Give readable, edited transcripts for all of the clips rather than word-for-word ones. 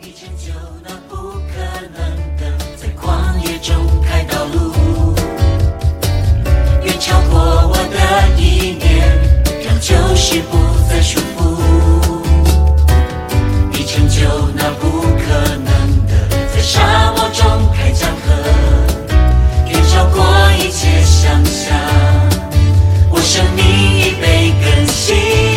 你成就那不可能的，在旷野中开道路，远超过我的意念，让旧事不再束缚。你成就那不可能的，在沙漠中开江河，远超过一切想象，我生命已被更新。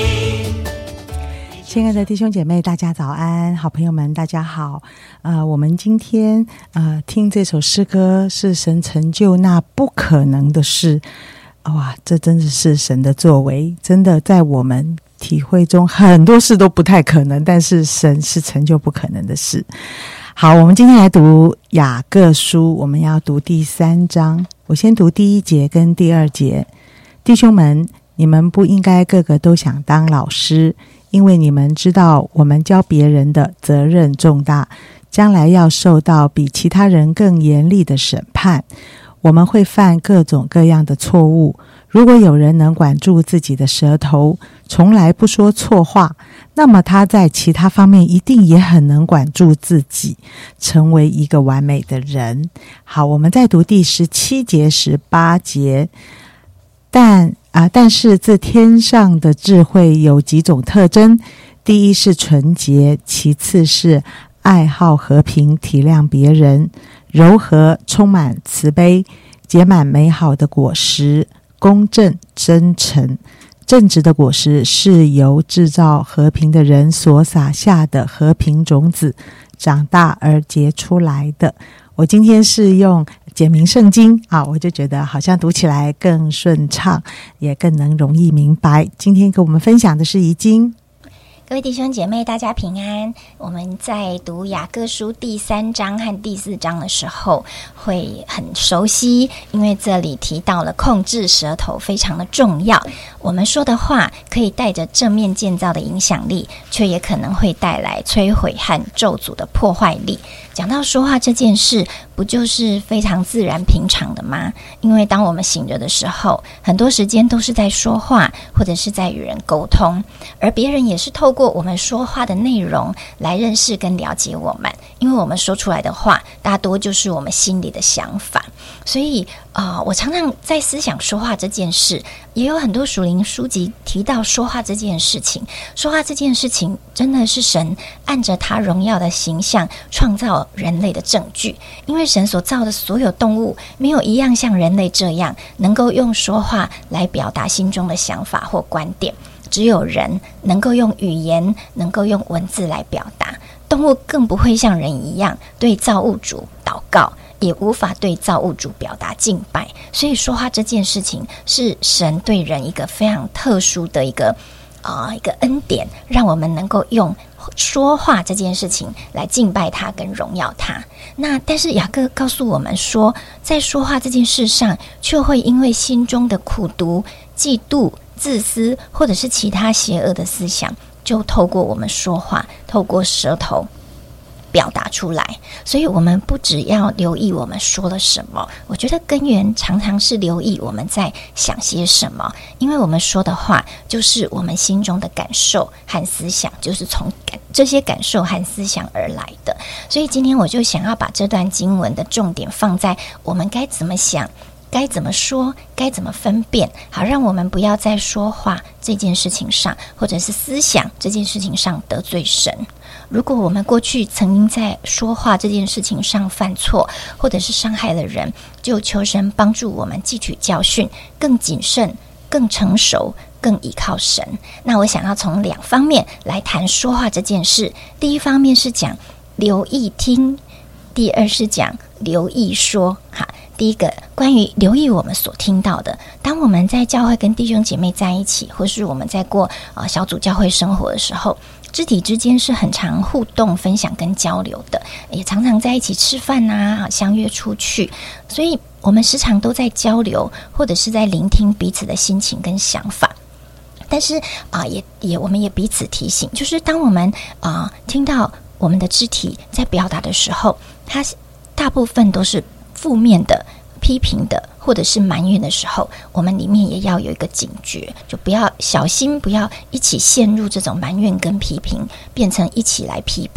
亲爱的弟兄姐妹，大家早安，好朋友们大家好。我们今天听这首诗歌，是神成就那不可能的事。哇，这真的是神的作为，真的在我们体会中很多事都不太可能，但是神是成就不可能的事。好，我们今天来读雅各书，我们要读第3章。我先读第1节跟第2节。弟兄们，你们不应该个个都想当老师，因为你们知道我们教别人的责任重大，将来要受到比其他人更严厉的审判。我们会犯各种各样的错误，如果有人能管住自己的舌头，从来不说错话，那么他在其他方面一定也很能管住自己，成为一个完美的人。好，我们再读第17节、18节。但是自天上的智慧有几种特征，第一是纯洁，其次是爱好和平，体谅别人，柔和，充满慈悲，结满美好的果实，公正，真诚。正直的果实是由制造和平的人所撒下的和平种子长大而结出来的。我今天是用简明圣经我就觉得好像读起来更顺畅，也更能容易明白。今天跟我们分享的是怡经。 各位弟兄姐妹大家平安。我们在读雅各书第3章和第4章的时候会很熟悉，因为这里提到了控制舌头非常的重要。我们说的话可以带着正面建造的影响力，却也可能会带来摧毁和咒诅的破坏力。讲到说话这件事，不就是非常自然平常的吗？因为当我们醒着的时候，很多时间都是在说话，或者是在与人沟通，而别人也是透过我们说话的内容来认识跟了解我们，因为我们说出来的话大多就是我们心里的想法。所以我常常在思想说话这件事，也有很多属灵书籍提到说话这件事情。说话这件事情真的是神按着他荣耀的形象创造人类的证据，因为神所造的所有动物没有一样像人类这样能够用说话来表达心中的想法或观点，只有人能够用语言，能够用文字来表达。动物更不会像人一样对造物主祷告，也无法对造物主表达敬拜。所以说话这件事情是神对人一个非常特殊的一个恩典，让我们能够用说话这件事情来敬拜他跟荣耀他。但是雅各告诉我们说，在说话这件事上，却会因为心中的苦毒、嫉妒、自私，或者是其他邪恶的思想，就透过我们说话，透过舌头表达出来。所以我们不只要留意我们说了什么，我觉得根源常常是留意我们在想些什么，因为我们说的话就是我们心中的感受和思想，就是从这些感受和思想而来的。所以今天我就想要把这段经文的重点放在我们该怎么想，该怎么说，该怎么分辨，好让我们不要在说话这件事情上，或者是思想这件事情上得罪神。如果我们过去曾经在说话这件事情上犯错，或者是伤害了人，就求神帮助我们汲取教训，更谨慎，更成熟，更依靠神。那我想要从2方面来谈说话这件事。第一方面是讲留意听，第二是讲留意说。第一个关于留意我们所听到的，当我们在教会跟弟兄姐妹在一起，或是我们在过小组教会生活的时候，肢体之间是很常互动、分享跟交流的，也常常在一起吃饭相约出去，所以我们时常都在交流，或者是在聆听彼此的心情跟想法。但是我们也彼此提醒，就是当我们听到我们的肢体在表达的时候，它大部分都是负面的、批评的，或者是埋怨的时候，我们里面也要有一个警觉，就不要小心，不要一起陷入这种埋怨跟批评，变成一起来批判。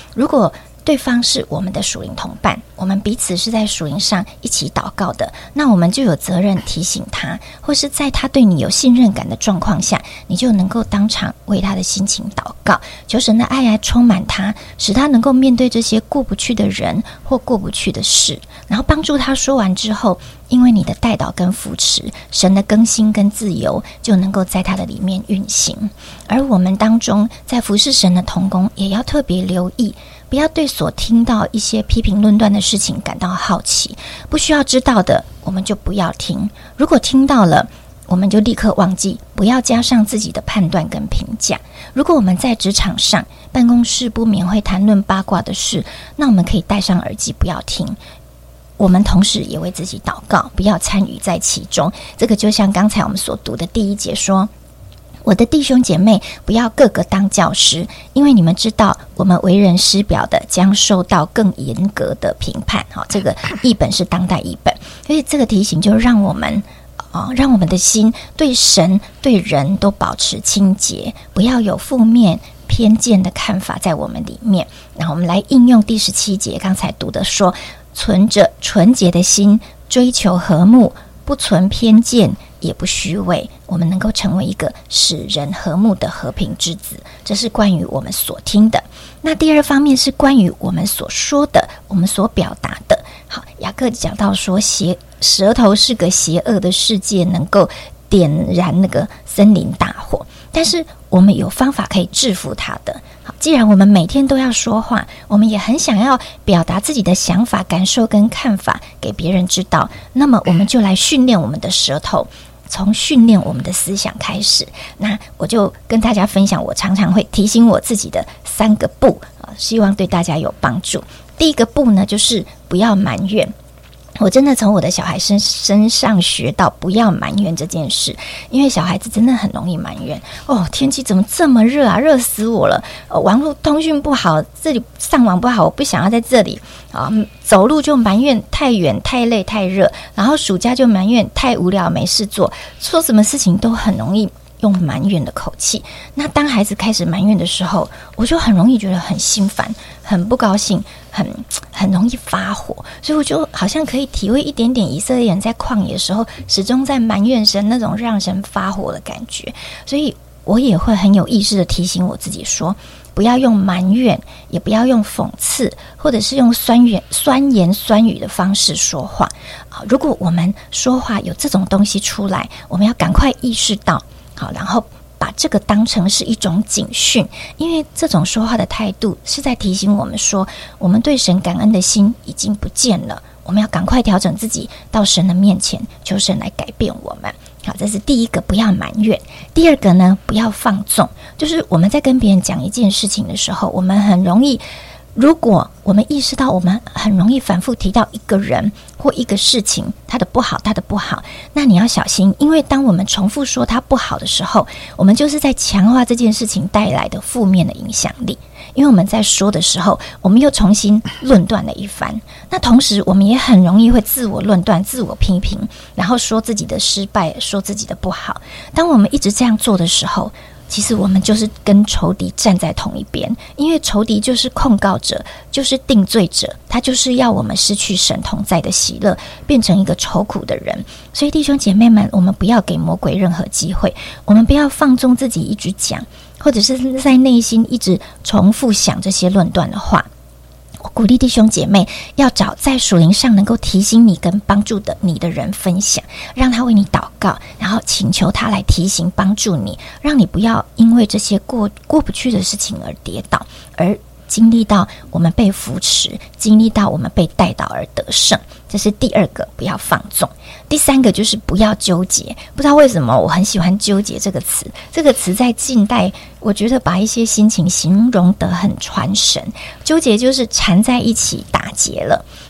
如果对方是我们的属灵同伴，我们彼此是在属灵上一起祷告的，那我们就有责任提醒他，或是在他对你有信任感的状况下，你就能够当场为他的心情祷告，求神的爱来充满他，使他能够面对这些过不去的人或过不去的事，然后帮助他说完之后，因为你的代祷跟扶持，神的更新跟自由就能够在他的里面运行。而我们当中在服侍神的同工也要特别留意，不要对所听到一些批评论断的事情感到好奇，不需要知道的我们就不要听，如果听到了我们就立刻忘记，不要加上自己的判断跟评价。如果我们在职场上办公室不免会谈论八卦的事，那我们可以戴上耳机不要听，我们同时也为自己祷告，不要参与在其中。这个就像刚才我们所读的第1节说，我的弟兄姐妹，不要个个当教师，因为你们知道我们为人师表的将受到更严格的评判。这个译本是当代译本，所以这个提醒就让我们的心对神对人都保持清洁，不要有负面偏见的看法在我们里面。然后我们来应用第17节刚才读的说，存着纯洁的心，追求和睦，不存偏见，也不虚伪，我们能够成为一个使人和睦的和平之子。这是关于我们所听的。那第二方面是关于我们所说的，我们所表达的。好，雅各讲到说，舌头是个邪恶的世界，能够点燃那个森林大火，但是我们有方法可以制服它的。好，既然我们每天都要说话，我们也很想要表达自己的想法、感受跟看法给别人知道，那么我们就来训练我们的舌头，从训练我们的思想开始。那我就跟大家分享，我常常会提醒我自己的3个不，希望对大家有帮助。第一个不呢，就是不要埋怨。我真的从我的小孩身上学到不要埋怨这件事，因为小孩子真的很容易埋怨。天气怎么这么热啊，热死我了！网络通讯不好，这里上网不好，我不想要在这里走路就埋怨太远、太累、太热，然后暑假就埋怨太无聊没事做，说什么事情都很容易用埋怨的口气。那当孩子开始埋怨的时候，我就很容易觉得很心烦，很不高兴，很容易发火。所以我就好像可以体会一点点以色列人在旷野的时候始终在埋怨神那种让神发火的感觉。所以我也会很有意识的提醒我自己说，不要用埋怨，也不要用讽刺，或者是用酸言酸语的方式说话。如果我们说话有这种东西出来，我们要赶快意识到，好，然后把这个当成是一种警讯，因为这种说话的态度是在提醒我们说，我们对神感恩的心已经不见了，我们要赶快调整自己，到神的面前，求神来改变我们。好，这是第一个，不要埋怨。第二个呢，不要放纵，就是我们在跟别人讲一件事情的时候，我们很容易，如果我们意识到我们很容易反复提到一个人或一个事情，他的不好，那你要小心，因为当我们重复说他不好的时候，我们就是在强化这件事情带来的负面的影响力。因为我们在说的时候，我们又重新论断了一番，那同时我们也很容易会自我论断、自我批评，然后说自己的失败，说自己的不好。当我们一直这样做的时候，其实我们就是跟仇敌站在同一边，因为仇敌就是控告者，就是定罪者，他就是要我们失去神同在的喜乐，变成一个愁苦的人。所以弟兄姐妹们，我们不要给魔鬼任何机会，我们不要放纵自己一直讲，或者是在内心一直重复想这些论断的话。我鼓励弟兄姐妹要找在属灵上能够提醒你跟帮助的你的人分享，让他为你祷告，然后请求他来提醒帮助你，让你不要因为这些过不去的事情而跌倒，而经历到我们被扶持，经历到我们被带导而得胜。这是第二个，不要放纵。第三个就是不要纠结。不知道为什么我很喜欢纠结这个词，这个词在近代我觉得把一些心情形容得很传神。纠结就是缠在一起，打结了。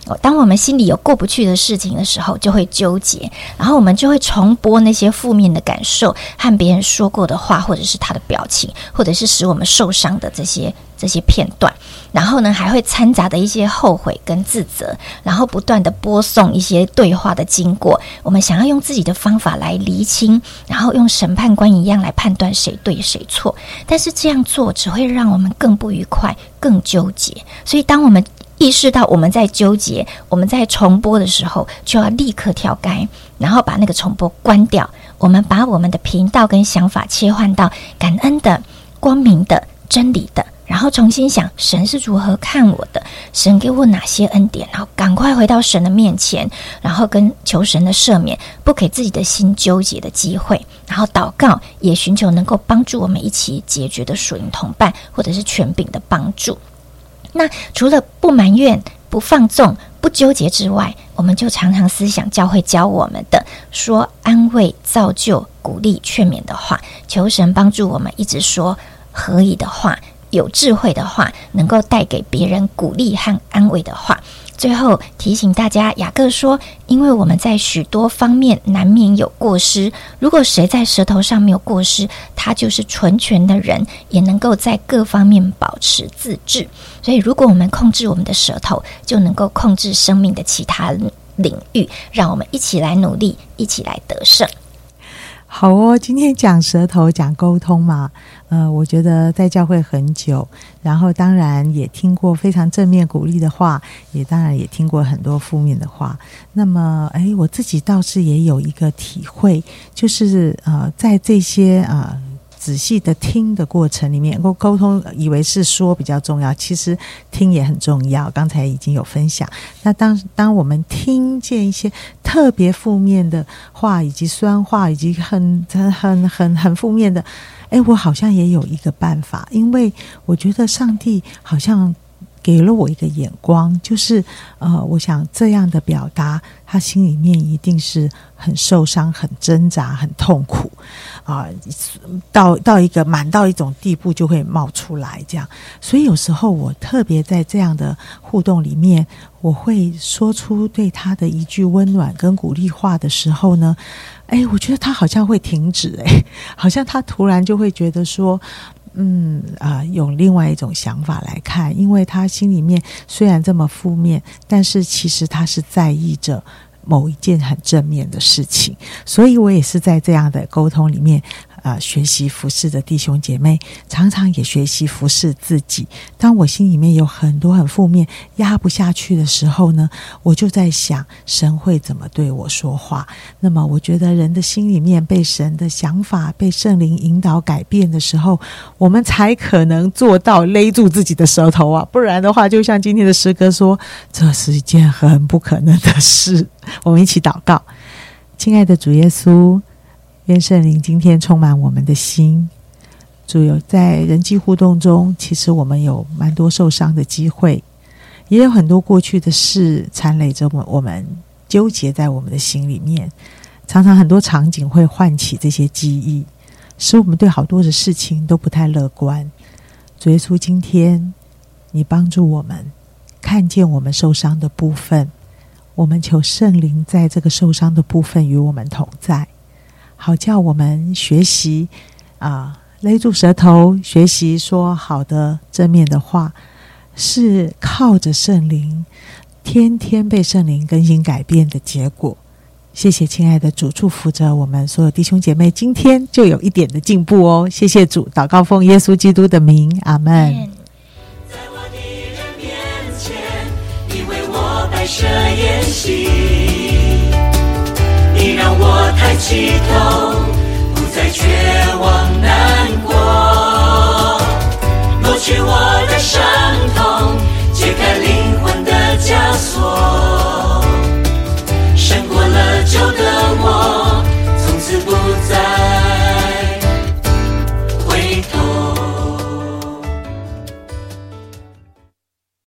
当我们心里有过不去的事情的时候，就会纠结，然后我们就会重播那些负面的感受和别人说过的话，或者是他的表情，或者是使我们受伤的这些片段，然后呢还会掺杂的一些后悔跟自责，然后不断的播送一些对话的经过，我们想要用自己的方法来厘清，然后用审判官一样来判断谁对谁错，但是这样做只会让我们更不愉快，更纠结。所以当我们意识到我们在纠结，我们在重播的时候，就要立刻跳开，然后把那个重播关掉，我们把我们的频道跟想法切换到感恩的、光明的、真理的，然后重新想神是如何看我的，神给我哪些恩典，然后赶快回到神的面前，然后跟求神的赦免，不给自己的心纠结的机会，然后祷告，也寻求能够帮助我们一起解决的属灵同伴或者是权柄的帮助。那除了不埋怨、不放纵、不纠结之外，我们就常常思想教会教我们的，说安慰、造就、鼓励、劝勉的话，求神帮助我们一直说合宜的话，有智慧的话，能够带给别人鼓励和安慰的话。最后提醒大家，雅各说，因为我们在许多方面难免有过失，如果谁在舌头上没有过失，他就是纯全的人，也能够在各方面保持自制。所以如果我们控制我们的舌头，就能够控制生命的其他领域，让我们一起来努力，一起来得胜。 好哦，今天讲舌头讲沟通嘛，我觉得在教会很久，然后当然也听过非常正面鼓励的话，也当然也听过很多负面的话。那么我自己倒是也有一个体会，就是在这些仔细的听的过程里面，沟通以为是说比较重要，其实听也很重要，刚才已经有分享。那当我们听见一些特别负面的话，以及酸话，以及很负面的，我好像也有一个办法，因为我觉得上帝好像给了我一个眼光，就是我想这样的表达，他心里面一定是很受伤、很挣扎、很痛苦到一个满到一种地步就会冒出来这样。所以有时候我特别在这样的互动里面，我会说出对他的一句温暖跟鼓励话的时候呢，我觉得他好像会停止，好像他突然就会觉得说用另外一种想法来看，因为他心里面虽然这么负面，但是其实他是在意着某一件很正面的事情。所以我也是在这样的沟通里面学习服侍的弟兄姐妹，常常也学习服侍自己。当我心里面有很多很负面压不下去的时候呢，我就在想神会怎么对我说话。那么我觉得人的心里面被神的想法被圣灵引导改变的时候，我们才可能做到勒住自己的舌头啊，不然的话就像今天的诗歌说，这是一件很不可能的事。我们一起祷告。亲爱的主耶稣，愿圣灵今天充满我们的心。主，有在人际互动中，其实我们有蛮多受伤的机会，也有很多过去的事缠累着我们，纠结在我们的心里面。常常很多场景会唤起这些记忆，使我们对好多的事情都不太乐观。主耶稣，今天你帮助我们看见我们受伤的部分，我们求圣灵在这个受伤的部分与我们同在，好叫我们学习勒住舌头，学习说好的正面的话，是靠着圣灵天天被圣灵更新改变的结果。谢谢亲爱的主，祝福着我们所有弟兄姐妹今天就有一点的进步哦。谢谢主，祷告奉耶稣基督的名，阿们。 在我的人面前，你为我摆设筵席，你让我抬起头，不再绝望难过，抹去我的伤痛，揭开